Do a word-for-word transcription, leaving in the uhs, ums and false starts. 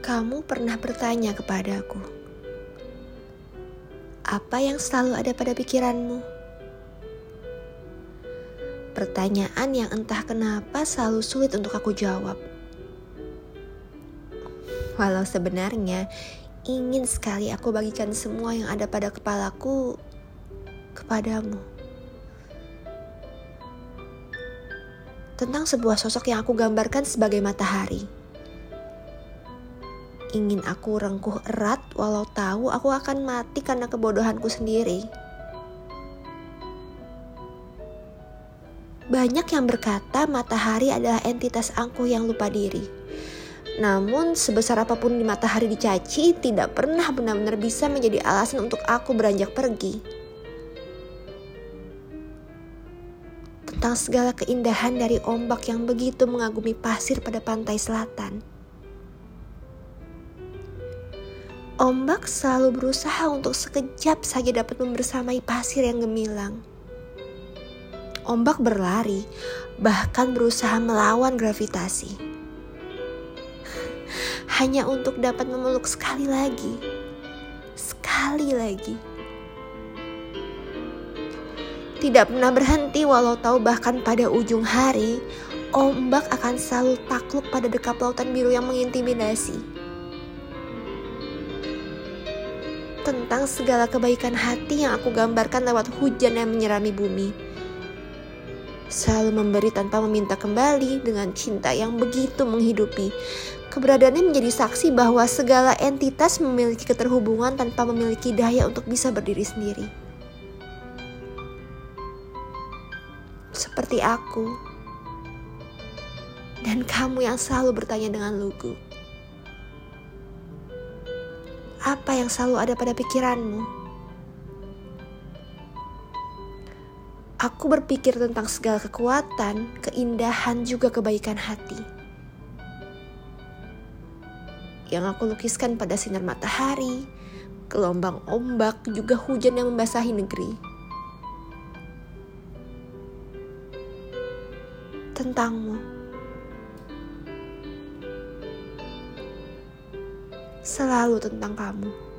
Kamu pernah bertanya kepadaku, apa yang selalu ada pada pikiranmu? Pertanyaan yang entah kenapa selalu sulit untuk aku jawab. Walau sebenarnya ingin sekali aku bagikan semua yang ada pada kepalaku kepadamu. Tentang sebuah sosok yang aku gambarkan sebagai matahari. Ingin aku rengkuh erat walau tahu aku akan mati karena kebodohanku sendiri. Banyak yang berkata matahari adalah entitas angkuh yang lupa diri. Namun sebesar apapun di matahari dicaci, tidak pernah benar-benar bisa menjadi alasan untuk aku beranjak pergi. Tentang segala keindahan dari ombak yang begitu mengagumi pasir pada pantai selatan. Ombak selalu berusaha untuk sekejap saja dapat membersamai pasir yang gemilang. Ombak berlari, bahkan berusaha melawan gravitasi. Hanya untuk dapat memeluk sekali lagi. Sekali lagi. Tidak pernah berhenti walau tahu bahkan pada ujung hari, ombak akan selalu takluk pada dekap lautan biru yang mengintimidasi. Tentang segala kebaikan hati yang aku gambarkan lewat hujan yang menyirami bumi. Selalu memberi tanpa meminta kembali dengan cinta yang begitu menghidupi. Keberadaannya menjadi saksi bahwa segala entitas memiliki keterhubungan tanpa memiliki daya untuk bisa berdiri sendiri. Seperti aku. Dan kamu yang selalu bertanya dengan lugu. Apa yang selalu ada pada pikiranmu? Aku berpikir tentang segala kekuatan, keindahan, juga kebaikan hati. Yang aku lukiskan pada sinar matahari, gelombang ombak, juga hujan yang membasahi negeri. Tentangmu. Selalu tentang kamu.